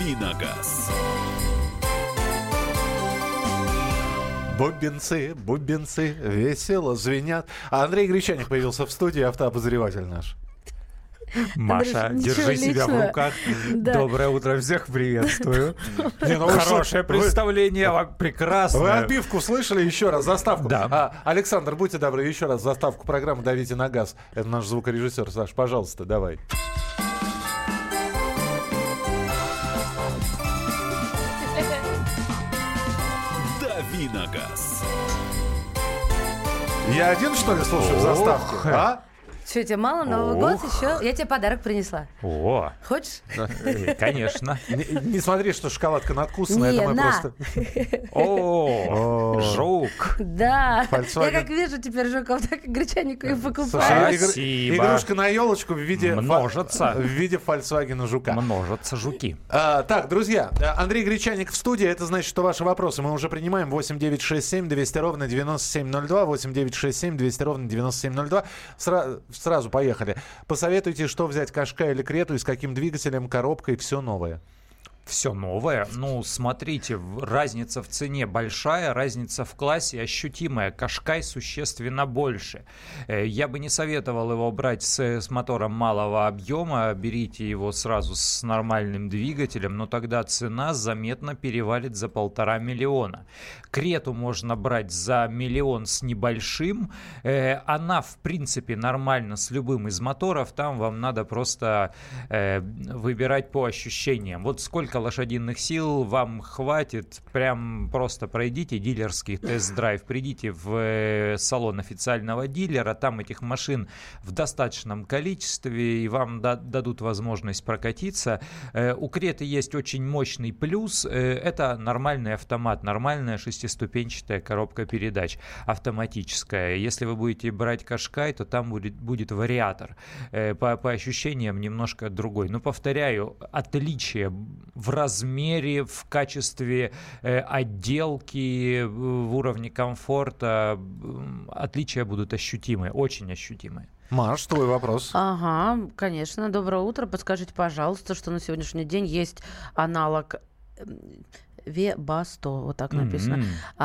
Давиногаз. Бубенцы весело звенят. А Андрей Гречаник появился в студии, автообозреватель наш. Маша, Андрюш, держи ничего себя в личного. руках. Да. Доброе утро, всех приветствую. Хорошее Хорошее представление, прекрасное. Вы отбивку слышали? Еще раз заставку. Да. Александр, будьте добры, еще раз заставку программы «Давите на газ». Это наш звукорежиссер. Саш, пожалуйста, давай. Давиногаз. Я один, что ли, слушаю заставку? А? Что, тебе мало Новый год еще? Я тебе подарок принесла. О, Хочешь? конечно. Не смотри, что шоколадка надкусанная. Не, это мы на. просто... О, жук. Да. Volkswagen. Я как вижу теперь жуков, так и гречанику и Слушай, покупаю. Спасибо. игрушка на елочку в виде... Множится. В виде Volkswagen жука. Множатся жуки. Так, друзья, Андрей Гречаник в студии. Это значит, что ваши вопросы мы уже принимаем. 8967 200 ровно 9702. 8967 200 ровно 9702. Сразу поехали. Посоветуйте, что взять, Кашкай или Крету, и с каким двигателем, коробкой, все новое. Все новое. Ну, смотрите, разница в цене большая, разница в классе ощутимая. Кашкай существенно больше. Я бы не советовал его брать с мотором малого объема. Берите его сразу с нормальным двигателем, но тогда цена заметно перевалит за 1,5 миллиона. Крету можно брать за 1 миллион с небольшим. Она, в принципе, нормальна с любым из моторов. Там вам надо просто выбирать по ощущениям. Вот сколько лошадиных сил вам хватит, прям просто пройдите дилерский тест-драйв, придите в салон официального дилера, там этих машин в достаточном количестве, и вам дадут возможность прокатиться. У Креты есть очень мощный плюс, это нормальный автомат, нормальная шестиступенчатая коробка передач, автоматическая. Если вы будете брать Кашкай, то там будет вариатор. По ощущениям немножко другой. Но, повторяю, отличие в размере, в качестве отделки, в уровне комфорта, отличия будут ощутимые, очень ощутимые. Маш, твой вопрос. Ага, конечно. Доброе утро. Подскажите, пожалуйста, что на сегодняшний день есть аналог Webasto, вот так написано.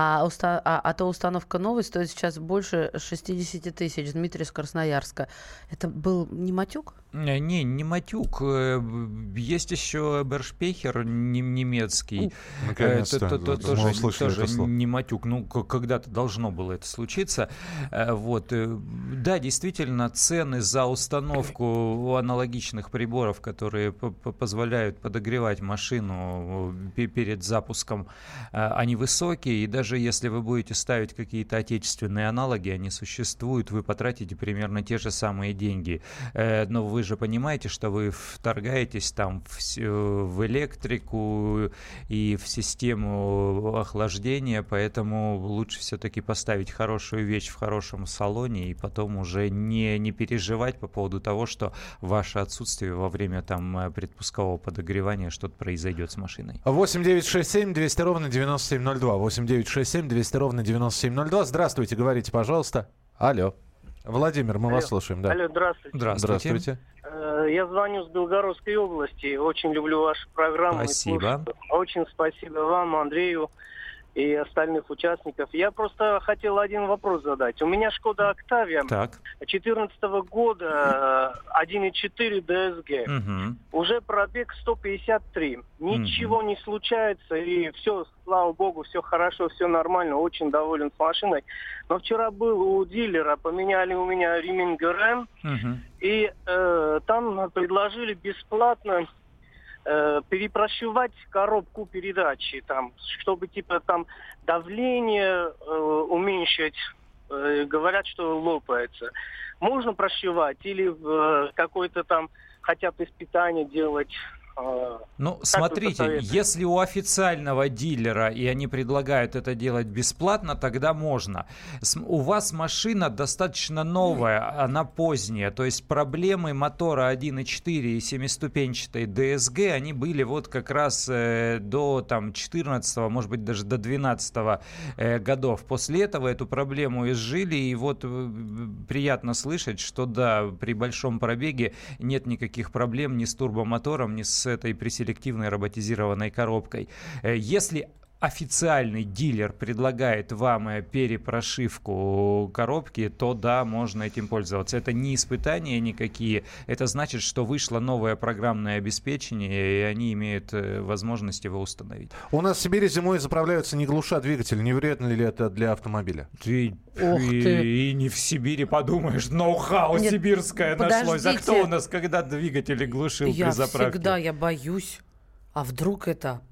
А то установка новой стоит сейчас больше 60 тысяч. Дмитрий из Красноярска. Это был не матюк? Не матюк. Есть еще Бершпехер немецкий. Наконец-то. Тоже не матюк. Ну, когда-то должно было это случиться. Вот. Да, действительно, цены за установку аналогичных приборов, которые позволяют подогревать машину перед запуском, они высокие. И даже если вы будете ставить какие-то отечественные аналоги, они существуют, вы потратите примерно те же самые деньги. Но вы же понимаете, что вы вторгаетесь там в электрику и в систему охлаждения, поэтому лучше все-таки поставить хорошую вещь в хорошем салоне и потом уже не переживать по поводу того, что ваше отсутствие во время там предпускового подогревания что-то произойдет с машиной. 8967 200 ровно 9702. 8967 200 ровно 9702. Здравствуйте, говорите, пожалуйста. Алло. Владимир, мы вас слушаем. Да. Алло, здравствуйте. Здравствуйте. Я звоню с Белгородской области. Очень люблю вашу программу. Спасибо. Очень спасибо вам, Андрею и остальных участников. Я просто хотел один вопрос задать. У меня Шкода Октавия 2014 года 1.4 DSG. Угу. Уже пробег 153. Ничего не случается, и все, слава богу, все хорошо, все нормально. Очень доволен с машиной. Но вчера был у дилера, поменяли у меня ремень ГРМ, и там предложили бесплатно перепрошивать коробку передачи, там, чтобы типа там давление уменьшить. Говорят, что лопается. Можно прошивать или какое-то там хотя бы испытание делать? Ну, смотрите, если у официального дилера и они предлагают это делать бесплатно, тогда можно. У вас машина достаточно новая, она поздняя, то есть проблемы мотора 1.4 и семиступенчатой DSG, они были вот как раз до там 14, может быть, даже до 12 годов. После этого эту проблему изжили, и вот приятно слышать, что да, при большом пробеге нет никаких проблем ни с турбомотором, ни с с этой преселективной роботизированной коробкой. Если официальный дилер предлагает вам перепрошивку коробки, то да, можно этим пользоваться. Это не испытания никакие. Это значит, что вышло новое программное обеспечение, и они имеют возможность его установить. У нас в Сибири зимой заправляются не глуша двигатель. Не вредно ли это для автомобиля? И не в Сибири подумаешь, ноу-хау сибирское нашлось. А кто у нас когда двигатели глушил при заправке? Я боюсь. А вдруг это...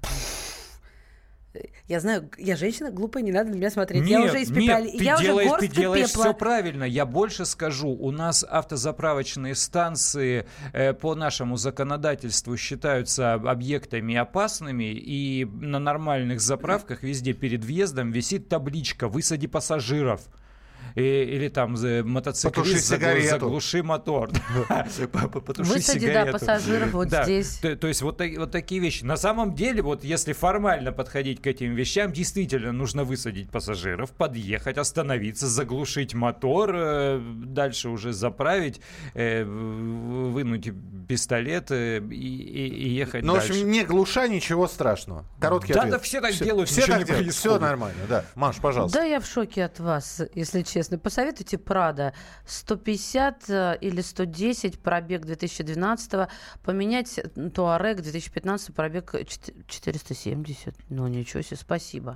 Я знаю, я женщина глупая, не надо на меня смотреть. Нет, я уже испепляли. Ты делаешь все правильно. Я больше скажу. У нас автозаправочные станции по нашему законодательству считаются объектами опасными, и на нормальных заправках везде перед въездом висит табличка «Высади пассажиров». Или там мотоциклист заглуши мотор. Высади, пассажиров вот здесь. То есть вот такие вещи. На самом деле, вот если формально подходить к этим вещам, действительно нужно высадить пассажиров, подъехать, остановиться, заглушить мотор, дальше уже заправить, вынуть пистолет и ехать дальше. В общем, не глуша, ничего страшного. Короткий ответ. Да, все так делают, ничего не происходит. Все нормально, да. Маш, пожалуйста. Да, я в шоке от вас, если честно. Посоветуйте Прада 150 или 110, пробег 2012, поменять Туарег 2015, пробег 470. Ну, ничего себе, спасибо.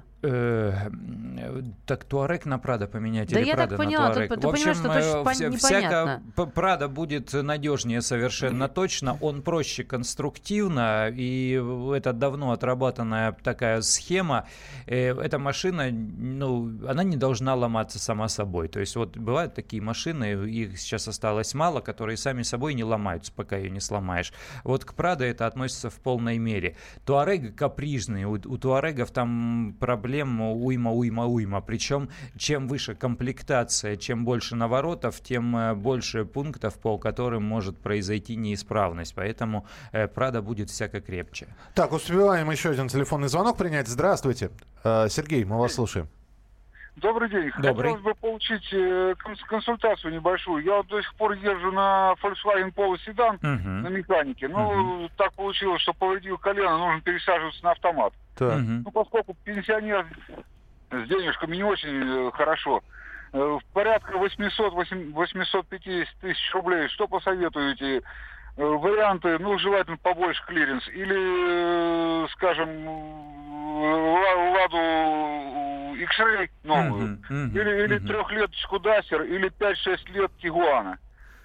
Так Туарег на Прада поменять да или я Прада так поняла, на Туарег? ты понимаешь, что точно непонятно. Прада будет надежнее совершенно точно, он проще конструктивно, и это давно отрабатанная такая схема. Эта машина, она не должна ломаться сама собой. То есть вот бывают такие машины, их сейчас осталось мало, которые сами собой не ломаются, пока ее не сломаешь. Вот к Прадо это относится в полной мере. Туарег капризный, у Туарегов там проблем уйма. Причем чем выше комплектация, чем больше наворотов, тем больше пунктов, по которым может произойти неисправность. Поэтому Прадо будет всяко крепче. Так, успеваем еще один телефонный звонок принять. Здравствуйте. Сергей, мы вас слушаем. Добрый день. Добрый. Хотелось бы получить консультацию небольшую. Я вот до сих пор езжу на Volkswagen Polo седан на механике. Так получилось, что повредил колено, нужно пересаживаться на автомат. Поскольку пенсионер с денежками не очень хорошо, порядка 800-850 тысяч рублей, что посоветуете? Варианты, желательно побольше клиренс. Или, скажем, Ладу X-Ray новую. Или трехлеточку Дастер, или 5-6 лет Тигуана.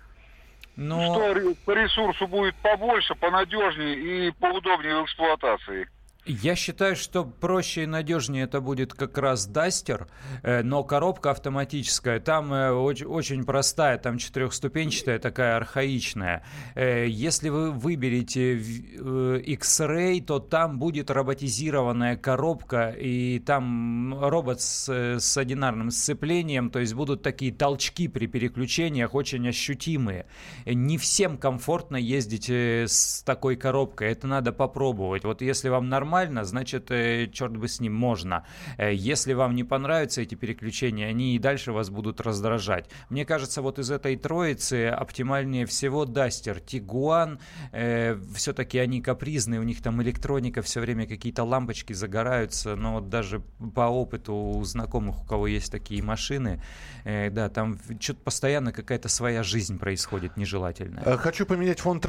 Что по ресурсу будет побольше, понадежнее и поудобнее в эксплуатации? Я считаю, что проще и надежнее это будет как раз Дастер, но коробка автоматическая, там очень простая, там 4-ступенчатая, такая архаичная. Если вы выберете X-Ray, то там будет роботизированная коробка, и там робот с одинарным сцеплением, то есть будут такие толчки при переключениях очень ощутимые. Не всем комфортно ездить с такой коробкой, это надо попробовать. Вот если вам нормально, значит, черт бы с ним, можно. Если вам не понравятся эти переключения, они и дальше вас будут раздражать. Мне кажется, вот из этой троицы оптимальнее всего Дастер. Тигуан, все-таки они капризные, у них там электроника, все время какие-то лампочки загораются, но вот даже по опыту у знакомых, у кого есть такие машины, да, там что-то постоянно какая-то своя жизнь происходит нежелательная. Хочу поменять Ford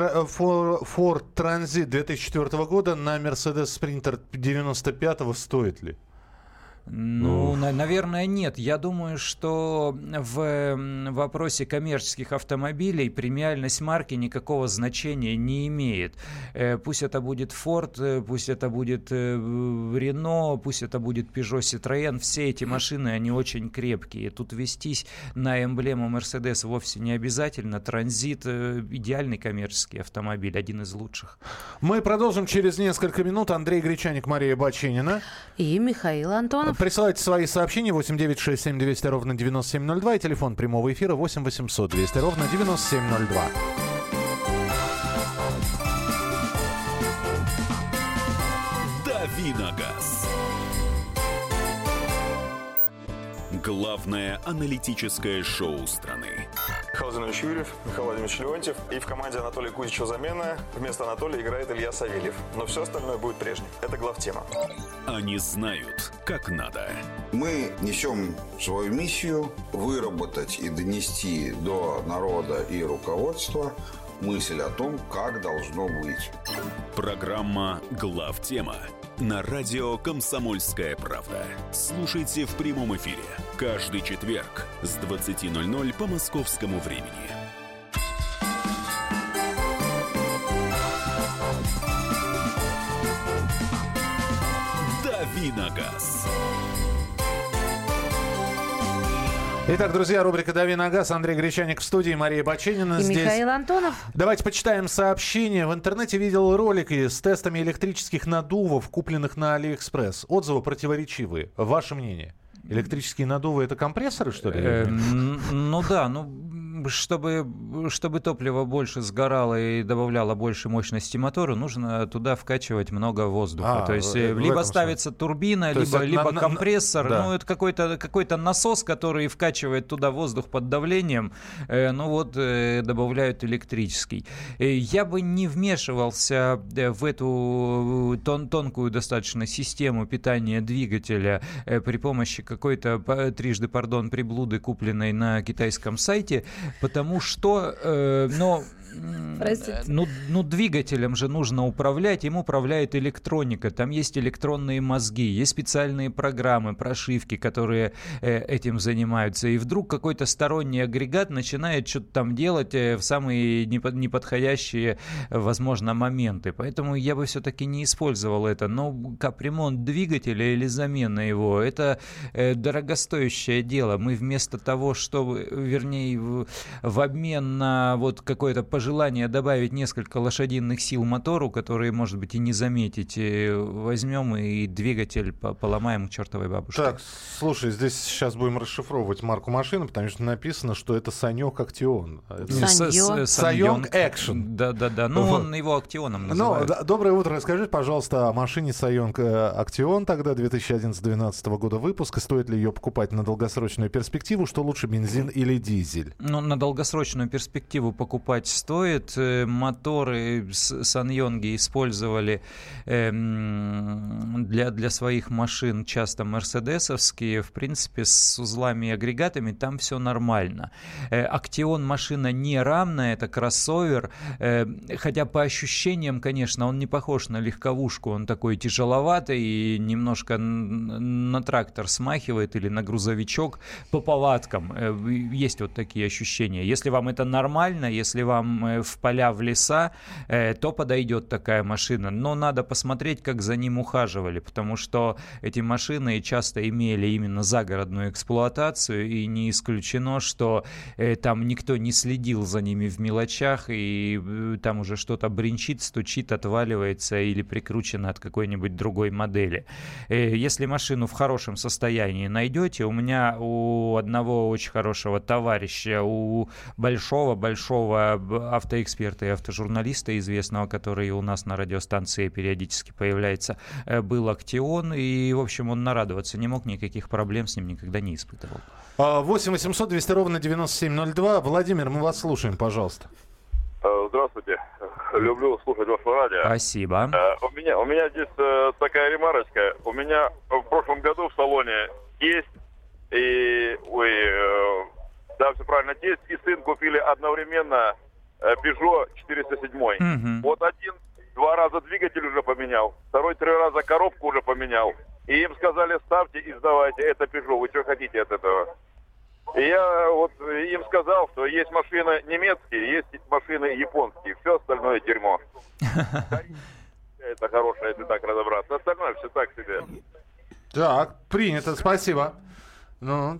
Transit 2004 года на Mercedes Sprinter 95-го, стоит ли? Наверное, нет. Я думаю, что в вопросе коммерческих автомобилей премиальность марки никакого значения не имеет. Пусть это будет Ford, пусть это будет Renault, пусть это будет Peugeot, Citroën. Все эти машины, они очень крепкие. Тут вестись на эмблему Mercedes вовсе не обязательно. Транзит — идеальный коммерческий автомобиль, один из лучших. Мы продолжим через несколько минут. Андрей Гречаник, Мария Бачинина. И Михаил Антонов. Присылайте свои сообщения 8-967-200-97-02 и телефон прямого эфира 8-800-200-97-02. Давиногаз. Главное аналитическое шоу страны. Михаил Владимирович Юрьев, Михаил Владимирович Леонтьев. И в команде Анатолия Кузичева замена. Вместо Анатолия играет Илья Савельев. Но все остальное будет прежним. Это главтема. Они знают, как надо. Мы несем свою миссию выработать и донести до народа и руководства мысль о том, как должно быть. Программа «Главтема» на радио «Комсомольская правда». Слушайте в прямом эфире каждый четверг с 20:00 по московскому времени. «Дави на газ». Итак, друзья, рубрика «Дави на газ». Андрей Гречаник в студии, Мария Баченина и здесь. Михаил Антонов. Давайте почитаем сообщения. В интернете видел ролики с тестами электрических наддувов, купленных на Алиэкспресс. Отзывы противоречивые. Ваше мнение? Электрические наддувы — это компрессоры, что ли? Ну да, чтобы топливо больше сгорало и добавляло больше мощности мотору, нужно туда вкачивать много воздуха. То есть либо ставится турбина, либо компрессор. Да. Ну, это какой-то насос, который вкачивает туда воздух под давлением. Добавляют электрический. Я бы не вмешивался в эту тонкую достаточно систему питания двигателя при помощи какой-то приблуды, купленной на китайском сайте, потому что, двигателем же нужно управлять, им управляет электроника, там есть электронные мозги, есть специальные программы, прошивки, которые этим занимаются, и вдруг какой-то сторонний агрегат начинает что-то там делать в самые неподходящие, возможно, моменты, поэтому я бы все-таки не использовал это, но капремонт двигателя или замена его, это дорогостоящее дело, мы вместо того, чтобы, в обмен на какое-то пожелание добавить несколько лошадиных сил мотору, которые, может быть, и не заметите, возьмем и двигатель поломаем к чертовой бабушке. Так, слушай, здесь сейчас будем расшифровывать марку машины, потому что написано, что это Санёк Актион. Санёк Экшн. Да. Он его Актионом называет. Доброе утро. Расскажите, пожалуйста, о машине Санёк Актион тогда 2011-2012 года выпуска. Стоит ли ее покупать на долгосрочную перспективу? Что лучше, бензин или дизель? На долгосрочную перспективу покупать стоит. Моторы Саньонги использовали для своих машин часто мерседесовские. В принципе, с узлами и агрегатами там все нормально. Актион машина не рамная, это кроссовер. Хотя по ощущениям, конечно, он не похож на легковушку. Он такой тяжеловатый и немножко на трактор смахивает или на грузовичок по повадкам. Есть такие ощущения. Если вам это нормально, если вам в поля, в леса, то подойдет такая машина. Но надо посмотреть, как за ним ухаживали, потому что эти машины часто имели именно загородную эксплуатацию, и не исключено, что там никто не следил за ними в мелочах, и там уже что-то бренчит, стучит, отваливается или прикручено от какой-нибудь другой модели. Если машину в хорошем состоянии найдете, у меня у одного очень хорошего товарища, у большого автоэксперта и автожурналиста известного, который у нас на радиостанции периодически появляется, был Актион, и, в общем, он нарадоваться не мог, никаких проблем с ним никогда не испытывал. 8 800 200 ровно 9702. Владимир, мы вас слушаем, пожалуйста. Здравствуйте. Люблю слушать ваше радио. Спасибо. У меня здесь такая ремарочка. У меня в прошлом году в салоне тесть и... Да, все правильно. Тесть и сын купили одновременно Peugeot 407. Угу. Вот один 2 раза двигатель уже поменял, второй 3 раза коробку уже поменял. И им сказали, ставьте и сдавайте, это Peugeot, вы что хотите от этого? И я им сказал, что есть машины немецкие, есть машины японские, все остальное дерьмо. Это хорошее, если так разобраться. Остальное все так себе. Так, принято, спасибо.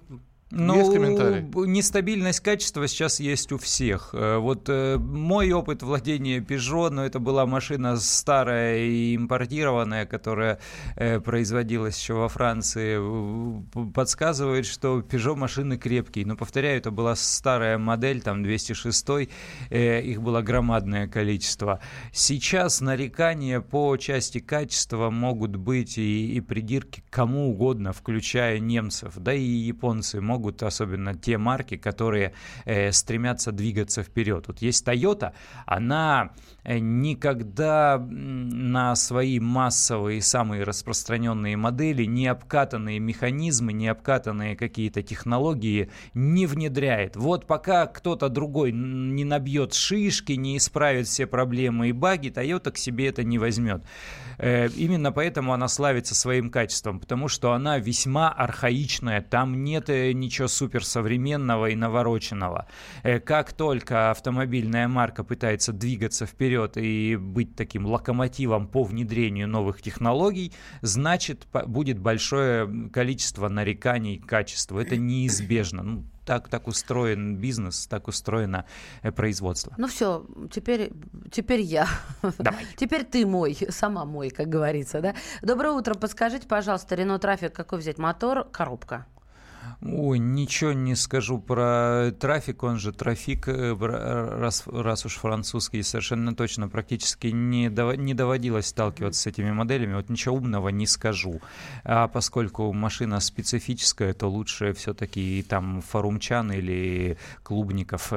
Есть комментарий? Нестабильность качества сейчас есть у всех. Вот мой опыт владения Peugeot, но это была машина старая и импортированная, которая производилась еще во Франции, подсказывает, что Peugeot машины крепкие. Но, повторяю, это была старая модель, там 206, их было громадное количество. Сейчас нарекания по части качества могут быть и придирки к кому угодно, включая немцев, да и японцы могут, особенно те марки, которые стремятся двигаться вперед. Вот есть Toyota, она никогда на свои массовые, самые распространенные модели не обкатанные механизмы, не обкатанные какие-то технологии не внедряет. Вот пока кто-то другой не набьет шишки, не исправит все проблемы и баги, Toyota к себе это не возьмет. Именно поэтому она славится своим качеством, потому что она весьма архаичная, там нет ничего суперсовременного и навороченного. Как только автомобильная марка пытается двигаться вперед и быть таким локомотивом по внедрению новых технологий, значит, будет большое количество нареканий к качеству. Это неизбежно. Так устроен бизнес, так устроено производство. Ну все, теперь я. Давай. Теперь ты мой, сама мой, как говорится, да? Доброе утро, подскажите, пожалуйста, Renault Trafic, какой взять? Мотор, коробка? Ой, ничего не скажу про трафик, он же трафик, раз уж французский, совершенно точно практически не доводилось сталкиваться с этими моделями, вот ничего умного не скажу. А поскольку машина специфическая, то лучше все-таки там форумчан или клубников.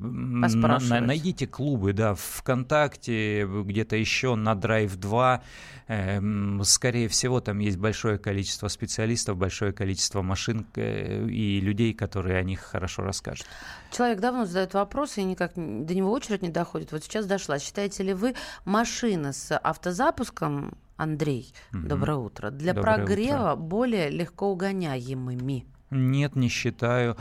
Найдите клубы, да, ВКонтакте, где-то еще на Drive 2. Скорее всего, там есть большое количество специалистов, большое количество машин и людей, которые о них хорошо расскажут. Человек давно задает вопросы, и никак до него очередь не доходит. Вот сейчас дошла. Считаете ли вы машины с автозапуском, Андрей, доброе утро, для прогрева более легко угоняемыми? Нет, не считаю.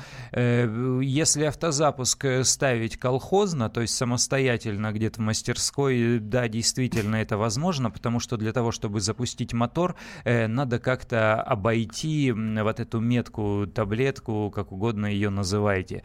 Если автозапуск ставить колхозно, то есть самостоятельно где-то в мастерской, да, действительно это возможно, потому что для того, чтобы запустить мотор, надо как-то обойти вот эту метку, таблетку, как угодно ее называйте,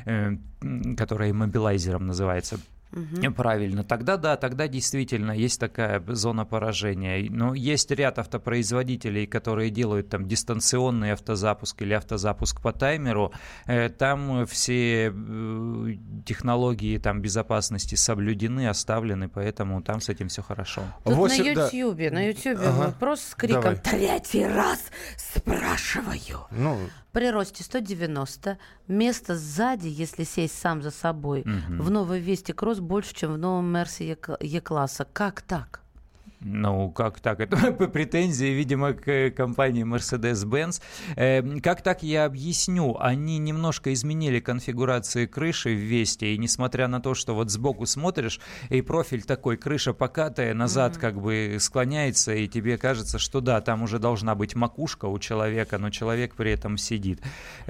которая иммобилайзером называется. Правильно. Тогда да, тогда действительно есть такая зона поражения. Но есть ряд автопроизводителей, которые делают там дистанционный автозапуск или автозапуск по таймеру. Там все технологии там безопасности соблюдены, оставлены, поэтому там с этим все хорошо. Тут на Ютьюбе вопрос с криком «Третий раз спрашиваю». При росте 190, место сзади, если сесть сам за собой, в новой Весте Кросс больше, чем в новом Мерсе Е-класса. Как так? Ну, как так? Это претензии, видимо, к компании Mercedes-Benz. Как так, я объясню. Они немножко изменили конфигурации крыши в Весте, и несмотря на то, что вот сбоку смотришь, и профиль такой, крыша покатая, назад как бы склоняется, и тебе кажется, что да, там уже должна быть макушка у человека, но человек при этом сидит.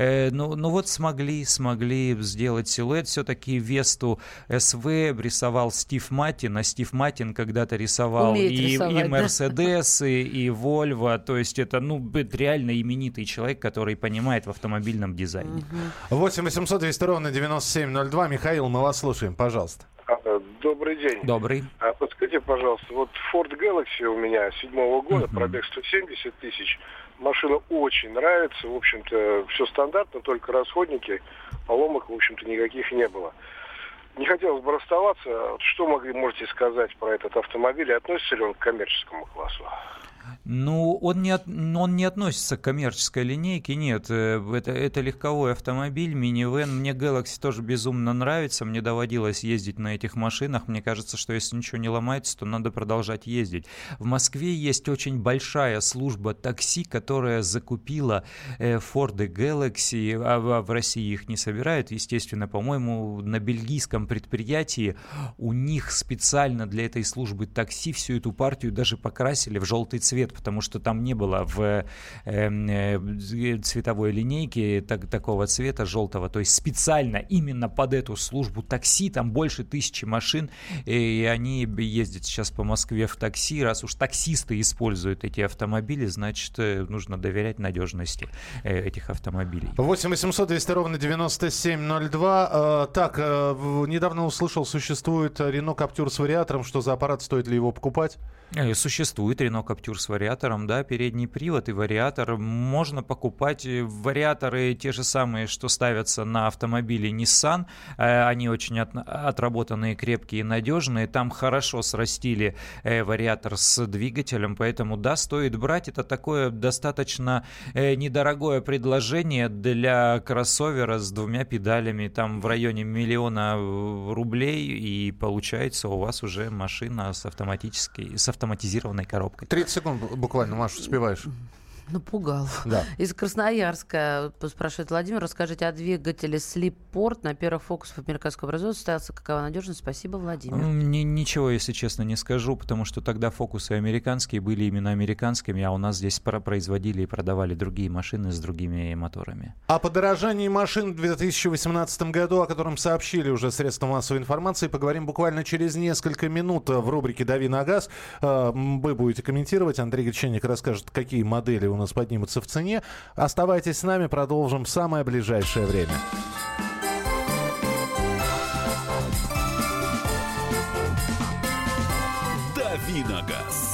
Ну вот смогли сделать силуэт. Все-таки Весту СВ рисовал Стив Маттин, а Стив Маттин когда-то рисовал и Мерседес, и Вольво, то есть это, это реально именитый человек, который понимает в автомобильном дизайне. 8 800 200 ровно 9702. Михаил, мы вас слушаем, пожалуйста. Добрый день. Добрый. Подскажите, пожалуйста, вот Ford Galaxy у меня 7-го года, пробег 170 тысяч. Машина очень нравится, в общем-то, все стандартно, только расходники, поломок, в общем-то, никаких не было. Не хотелось бы расставаться. Что можете сказать про этот автомобиль? И относится ли он к коммерческому классу? Ну, он не относится к коммерческой линейке, нет. Это легковой автомобиль, минивэн. Мне Galaxy тоже безумно нравится. Мне доводилось ездить на этих машинах. Мне кажется, что если ничего не ломается, то надо продолжать ездить. В Москве есть очень большая служба такси, которая закупила Ford Galaxy, а в России их не собирают. Естественно, по-моему, на бельгийском предприятии у них специально для этой службы такси всю эту партию даже покрасили в желтый цвет. цвет, потому что там не было в цветовой линейке такого цвета желтого. То есть специально именно под эту службу такси, там больше 1000 машин, и они ездят сейчас по Москве в такси. Раз уж таксисты используют эти автомобили, значит, нужно доверять надежности этих автомобилей. 8 800 200 ровно 9702. Так, недавно услышал, существует Renault Captur с вариатором. Что за аппарат, стоит ли его покупать? Существует Renault Captur с вариатором, да, передний привод и вариатор. Можно покупать вариаторы те же самые, что ставятся на автомобиле Nissan. Они очень отработанные, крепкие и надежные. Там хорошо срастили вариатор с двигателем, поэтому, да, стоит брать. Это такое достаточно недорогое предложение для кроссовера с 2 педалями, там в районе 1 000 000 рублей, и получается у вас уже машина с автоматизированной коробкой. 30 секунд буквально, Маша, успеваешь. Напугал. Да. Из Красноярска спрашивает Владимир, расскажите о двигателе Sleeport на первых фокусах американского производства. Ставится какова надежность? Спасибо, Владимир. Ничего, если честно, не скажу, потому что тогда фокусы американские были именно американскими, а у нас здесь производили и продавали другие машины с другими моторами. О подорожании машин в 2018 году, о котором сообщили уже средства массовой информации, поговорим буквально через несколько минут в рубрике «Дави на газ». Вы будете комментировать. Андрей Гречаник расскажет, какие модели у нас поднимутся в цене. Оставайтесь с нами, продолжим в самое ближайшее время. Дави на газ.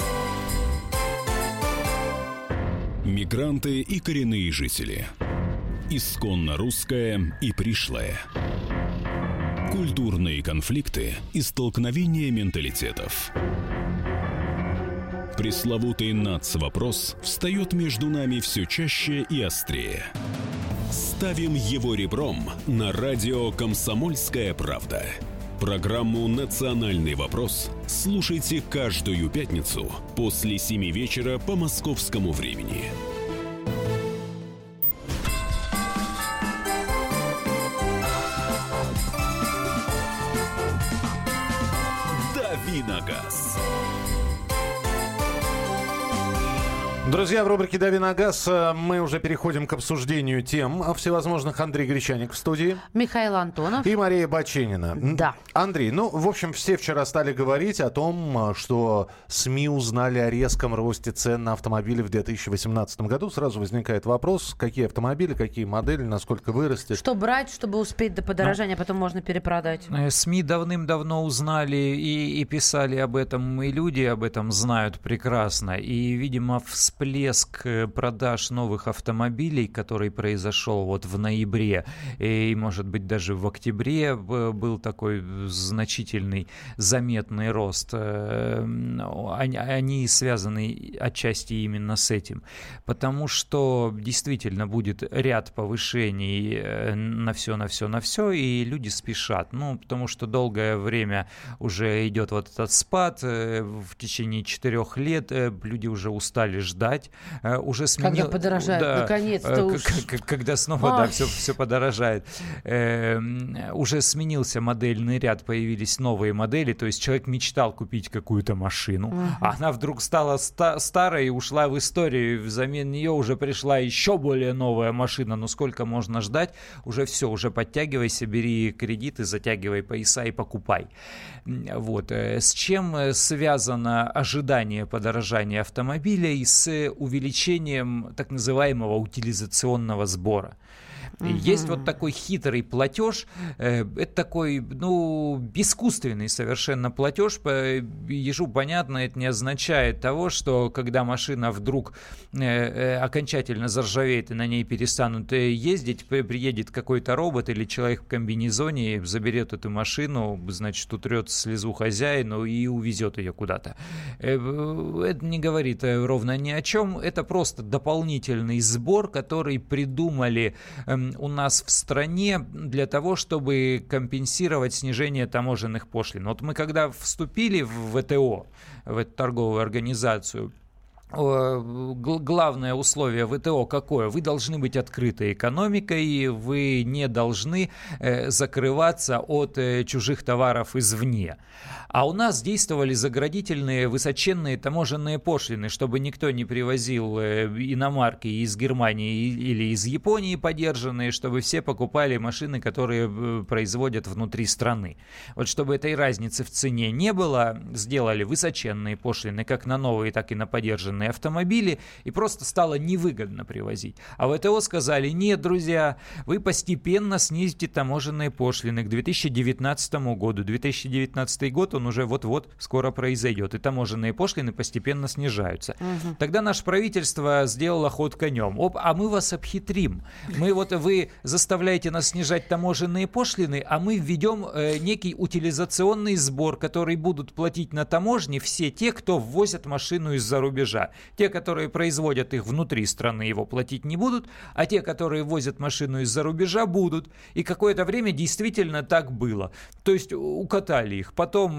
Мигранты и коренные жители. Исконно русское и пришлое. Культурные конфликты и столкновения менталитетов. Пресловутый НАЦ-вопрос встает между нами все чаще и острее. Ставим его ребром на радио «Комсомольская правда». Программу «Национальный вопрос» слушайте каждую пятницу после 7 вечера по московскому времени. Дави на газ. Друзья, в рубрике «Дави на газ» мы уже переходим к обсуждению тем всевозможных. Андрей Гречаник в студии. Михаил Антонов. И Мария Баченина. Да. Андрей, в общем, все вчера стали говорить о том, что СМИ узнали о резком росте цен на автомобили в 2018 году. Сразу возникает вопрос, какие автомобили, какие модели, насколько вырастет. Что брать, чтобы успеть до подорожания, а потом можно перепродать? СМИ давным-давно узнали и писали об этом, и люди об этом знают прекрасно. И, видимо, всплеск продаж новых автомобилей, который произошел вот в ноябре, и, может быть, даже в октябре был такой значительный, заметный рост. Они связаны отчасти именно с этим. Потому что действительно будет ряд повышений на все, и люди спешат. Потому что долгое время уже идет вот этот спад. В течение 4 лет люди уже устали ждать. Уже когда подорожает, наконец-то уж. Когда снова все подорожает. Уже сменился модельный ряд, появились новые модели, то есть человек мечтал купить какую-то машину, а она вдруг стала старой и ушла в историю, взамен нее уже пришла еще более новая машина. Ну сколько можно ждать? Уже все, уже подтягивайся, бери кредиты, затягивай пояса и покупай. Вот. С чем связано ожидание подорожания автомобиля и с увеличением так называемого утилизационного сбора? Есть вот такой хитрый платеж, это такой, искусственный совершенно платеж. Ежу понятно, это не означает того, что когда машина вдруг окончательно заржавеет и на ней перестанут ездить, приедет какой-то робот или человек в комбинезоне, заберет эту машину, значит, утрет слезу хозяину и увезет ее куда-то. Это не говорит ровно ни о чем, это просто дополнительный сбор, который придумали у нас в стране для того, чтобы компенсировать снижение таможенных пошлин. Вот мы когда вступили в ВТО, в эту торговую организацию, главное условие ВТО какое? Вы должны быть открытой экономикой, вы не должны закрываться от чужих товаров извне. А у нас действовали заградительные высоченные таможенные пошлины, чтобы никто не привозил иномарки из Германии или из Японии подержанные, чтобы все покупали машины, которые производят внутри страны. Вот чтобы этой разницы в цене не было, сделали высоченные пошлины как на новые, так и на подержанные автомобили, и просто стало невыгодно привозить. А ВТО сказали: нет, друзья, вы постепенно снизите таможенные пошлины к 2019 году. 2019 год, он уже вот-вот скоро произойдет, и таможенные пошлины постепенно снижаются. Тогда наше правительство сделало ход конем. А мы вас обхитрим. Вы заставляете нас снижать таможенные пошлины, а мы введем некий утилизационный сбор, который будут платить на таможне все те, кто ввозят машину из-за рубежа. Те, которые производят их внутри страны, его платить не будут, а те, которые возят машину из-за рубежа, будут. И какое-то время действительно так было. То есть укатали их. Потом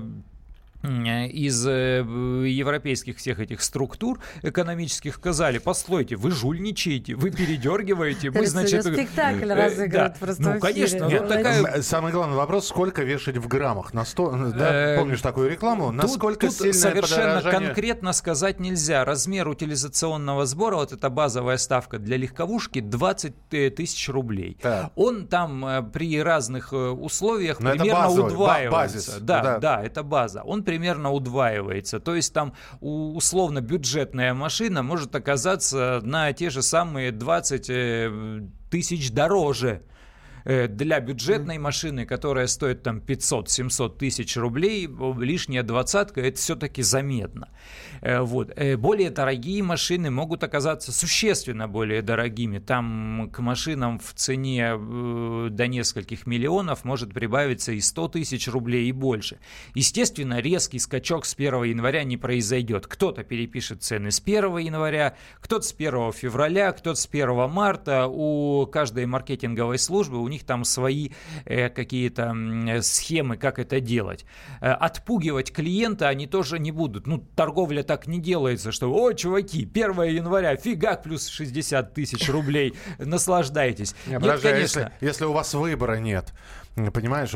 из европейских всех этих структур экономических сказали: послойте, вы жульничаете, вы передергиваете, мы, значит... Спектакль разыгрывают просто в эфире. Конечно. Самый главный вопрос: сколько вешать в граммах? Помнишь такую рекламу? Насколько сильное совершенно подорожание? Конкретно сказать нельзя. Размер утилизационного сбора, вот эта базовая ставка для легковушки, 20 тысяч рублей. Да. Он там при разных условиях примерно удваивается. Да, это база. Он примерно удваивается. То есть там условно бюджетная машина может оказаться на те же самые 20 тысяч дороже. Для бюджетной машины, которая стоит там 500-700 тысяч рублей, лишняя двадцатка — это все-таки заметно. Более дорогие машины могут оказаться существенно более дорогими. Там к машинам в цене до нескольких миллионов может прибавиться и 100 тысяч рублей и больше. Естественно, резкий скачок с 1 января не произойдет. Кто-то перепишет цены с 1 января, кто-то с 1 февраля, кто-то с 1 марта. У каждой маркетинговой службы у них там свои какие-то схемы, как это делать. Отпугивать клиента они тоже не будут. Торговля так не делается, что: чуваки, 1 января, фигак, плюс 60 тысяч рублей, наслаждайтесь. Нет, конечно. Если у вас выбора нет. Понимаешь,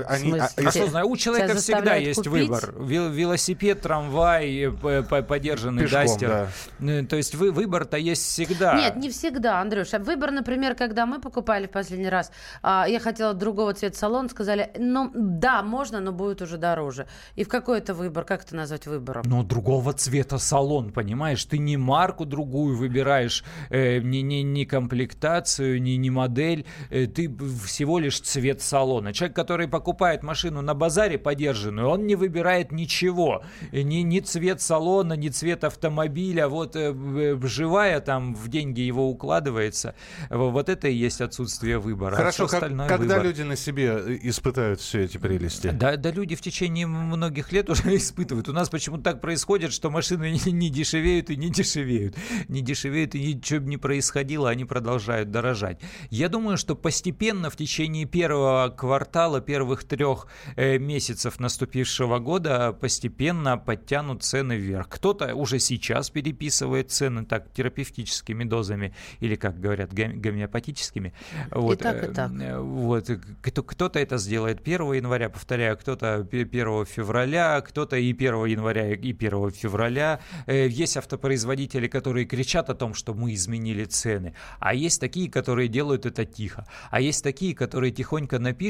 у человека всегда есть выбор. Велосипед, трамвай, подержанный Дастер. Да. То есть выбор-то есть всегда. Нет, не всегда, Андрюш. Выбор, например, когда мы покупали в последний раз, я хотела другого цвета салон, сказали: да, можно, но будет уже дороже. И в какой это выбор? Как это назвать выбором? Другого цвета салон, понимаешь? Ты не марку другую выбираешь, не комплектацию, не модель. Ты всего лишь цвет салона. Человек, который покупает машину на базаре подержанную, он не выбирает ничего. Ни цвет салона, ни цвет автомобиля. Живая там в деньги его укладывается. Вот это и есть отсутствие выбора. Хорошо, когда люди на себе испытают все эти прелести? Да, люди в течение многих лет уже испытывают. У нас почему-то так происходит, что машины не дешевеют и не дешевеют. Не дешевеют, и ничего не происходило, они продолжают дорожать. Я думаю, что постепенно в течение первого квартала, первых 3 месяцев наступившего года постепенно подтянут цены вверх. Кто-то уже сейчас переписывает цены так терапевтическими дозами, или, как говорят, гомеопатическими. И так. Кто-то это сделает 1 января, повторяю, кто-то 1 февраля, кто-то и 1 января, и 1 февраля. Есть автопроизводители, которые кричат о том, что мы изменили цены, а есть такие, которые делают это тихо, а есть такие, которые тихонько напишут: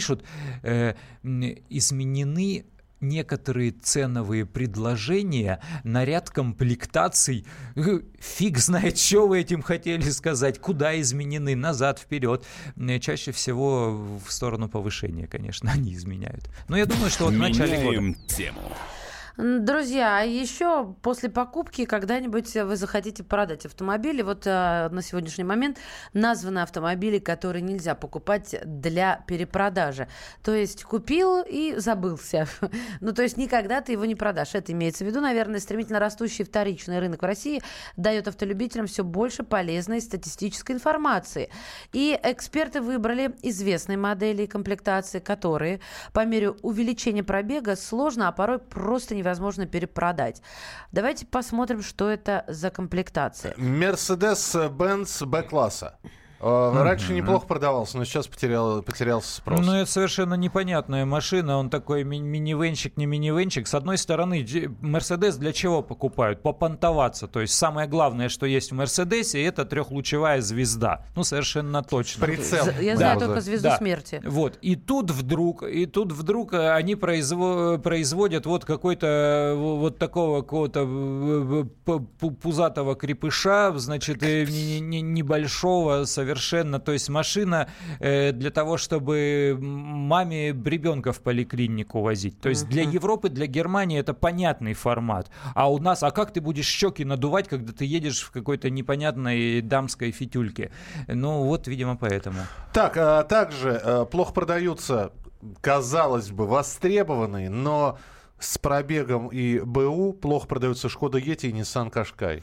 изменены некоторые ценовые предложения на ряд комплектаций. Фиг знает, что вы этим хотели сказать. Куда изменены? Назад, вперед. Чаще всего в сторону повышения, конечно, они изменяют. Но я думаю, что в начале года... Меняем тему. Друзья, еще после покупки когда-нибудь вы захотите продать автомобиль. И на сегодняшний момент названы автомобили, которые нельзя покупать для перепродажи. То есть купил и забылся. То есть никогда ты его не продашь. Это имеется в виду, наверное, стремительно растущий вторичный рынок в России дает автолюбителям все больше полезной статистической информации. И эксперты выбрали известные модели и комплектации, которые по мере увеличения пробега сложно, а порой просто невозможно невозможно перепродать. Давайте посмотрим, что это за комплектация. Mercedes-Benz B-класса. Раньше неплохо продавался, но сейчас потерялся спрос. Ну, это совершенно непонятная машина. Он такой минивенчик, не минивенчик. С одной стороны, Мерседес для чего покупают? Попонтоваться. То есть самое главное, что есть в Мерседесе, это трехлучевая звезда. Ну, совершенно точно. Прицел. Я знаю только звезду смерти. Вот. И тут вдруг они производят вот какой-то вот такого какого-то пузатого крепыша, значит, небольшого совершенно. То есть машина для того, чтобы маме ребенка в поликлинику возить. То есть для Европы, для Германии это понятный формат. А у нас, как ты будешь щеки надувать, когда ты едешь в какой-то непонятной дамской фитюльке? Ну вот, видимо, поэтому. Так, также плохо продаются, казалось бы, востребованные, но с пробегом и БУ плохо продаются Шкода Йети и Nissan Qashqai.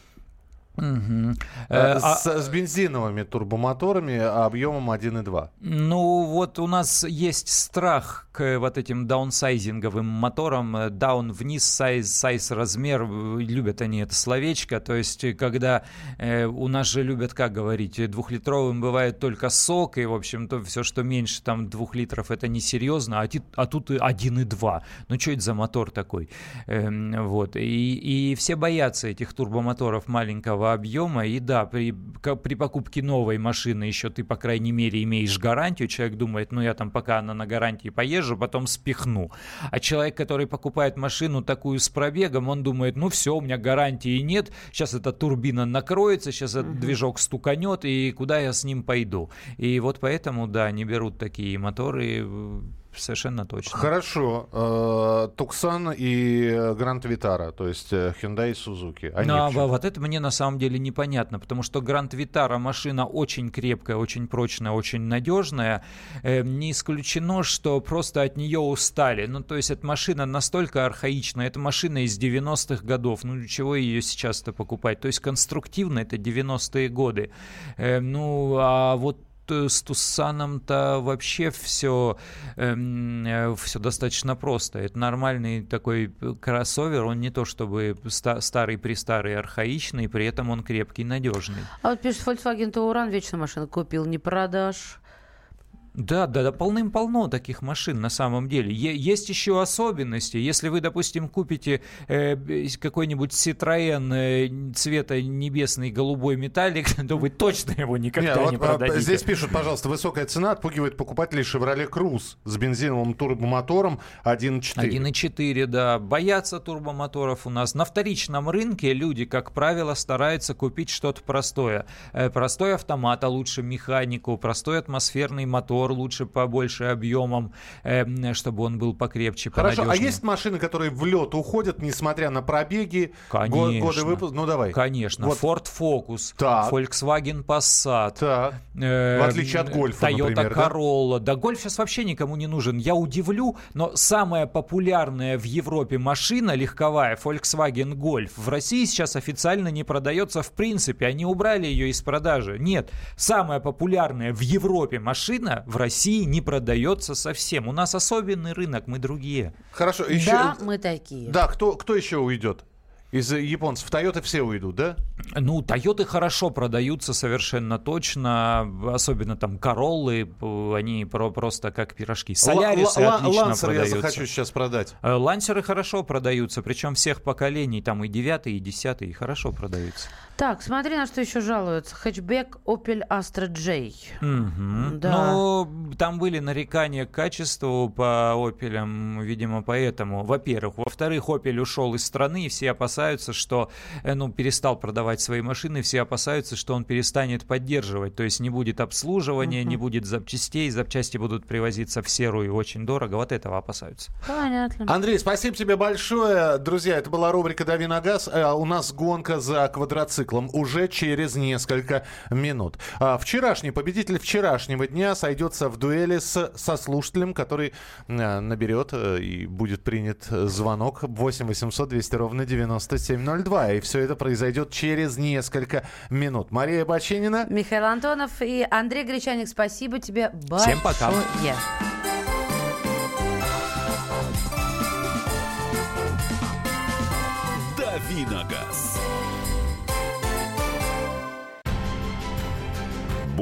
С бензиновыми турбомоторами объемом 1,2. Ну вот у нас есть страх к вот этим даунсайзинговым моторам. Даун вниз, сайз размер. Любят они это словечко. То есть когда у нас же любят, как говорить, 2-литровым бывает только сок. И в общем-то все, что меньше там 2 литров, это несерьезно. А тут 1,2. Ну что это за мотор такой? Вот. И все боятся этих турбомоторов маленького объема, и да, при покупке новой машины еще ты, по крайней мере, имеешь гарантию. Человек думает, ну я там пока она на гарантии поезжу, потом спихну. А человек, который покупает машину такую с пробегом, он думает, ну все, у меня гарантии нет, сейчас эта турбина накроется, сейчас этот движок стуканет, и куда я с ним пойду? И вот поэтому, да, не берут такие моторы. Совершенно точно. Хорошо. Tucson и Grand Vitara, то есть Hyundai и Suzuki. Вот это мне на самом деле непонятно, потому что Grand Vitara машина очень крепкая, очень прочная, очень надежная. Не исключено, что просто от нее устали. Ну, то есть эта машина настолько архаичная, это машина из 90-х годов. Ну, для чего ее сейчас-то покупать? То есть конструктивно это 90-е годы. Ну, а вот с Туссаном-то вообще все достаточно просто. Это нормальный такой кроссовер, он не то чтобы старый-престарый, архаичный, при этом он крепкий, надежный. А вот пишет, Volkswagen Touran вечно машину купил, не продашь. Да, полным-полно таких машин на самом деле. Есть еще особенности. Если вы, допустим, купите какой-нибудь Citroën цвета небесный голубой металлик, то вы точно его никогда не продадите. Здесь пишут, пожалуйста, высокая цена отпугивает покупателей Chevrolet Cruze с бензиновым турбомотором 1.4. 1.4, да. Боятся турбомоторов у нас. На вторичном рынке люди, как правило, стараются купить что-то простое. Простой автомат, а лучше механику, простой атмосферный мотор, лучше побольше объемом, чтобы он был покрепче, понадежнее. Хорошо, а есть машины, которые в лед уходят, несмотря на пробеги, годы выпуска? Ну, давай. Конечно. Вот. Ford Focus, так. Volkswagen Passat. Так. В отличие от Гольфа, Toyota например, Corolla. Да, Гольф сейчас вообще никому не нужен. Я удивлю, но самая популярная в Европе машина легковая, Volkswagen Golf, в России сейчас официально не продается в принципе. Они убрали ее из продажи. Нет. Самая популярная в Европе машина в России не продается совсем. У нас особенный рынок, мы другие. Хорошо. Еще... Да, мы такие. Да, кто еще уйдет? Из японцев Тойоты все уйдут, да? Ну, Тойоты хорошо продаются совершенно точно. Особенно там Короллы, они просто как пирожки. Солярисы отлично Лансеры продаются. Я захочу сейчас продать. Лансеры хорошо продаются, причем всех поколений. Там и 9-й, и 10-й хорошо продаются. Так, смотри, на что еще жалуются. Хэтчбэк Opel Astra J. Да. Ну, там были нарекания к качеству по Opel'ам, видимо, поэтому. Во-первых. Во-вторых, Opel ушел из страны, и все опасаются, что перестал продавать свои машины, все опасаются, что он перестанет поддерживать. То есть не будет обслуживания, не будет запчастей, запчасти будут привозиться в серую очень дорого. Вот этого опасаются. Понятно. Андрей, спасибо тебе большое. Друзья, это была рубрика «Дави на газ». У нас гонка за квадроциклом уже через несколько минут. Вчерашний победитель вчерашнего дня сойдется в дуэли со слушателем, который наберет и будет принят звонок 8 800 200 ровно 9702. И все это произойдет через несколько минут. Мария Баченина, Михаил Антонов и Андрей Гречаник. Спасибо тебе большое. Всем пока.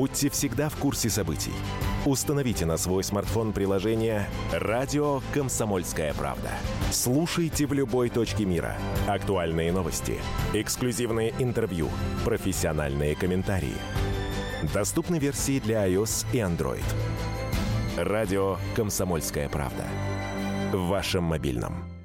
Будьте всегда в курсе событий. Установите на свой смартфон приложение «Радио Комсомольская правда». Слушайте в любой точке мира. Актуальные новости, эксклюзивные интервью, профессиональные комментарии. Доступны версии для iOS и Android. «Радио Комсомольская правда». В вашем мобильном.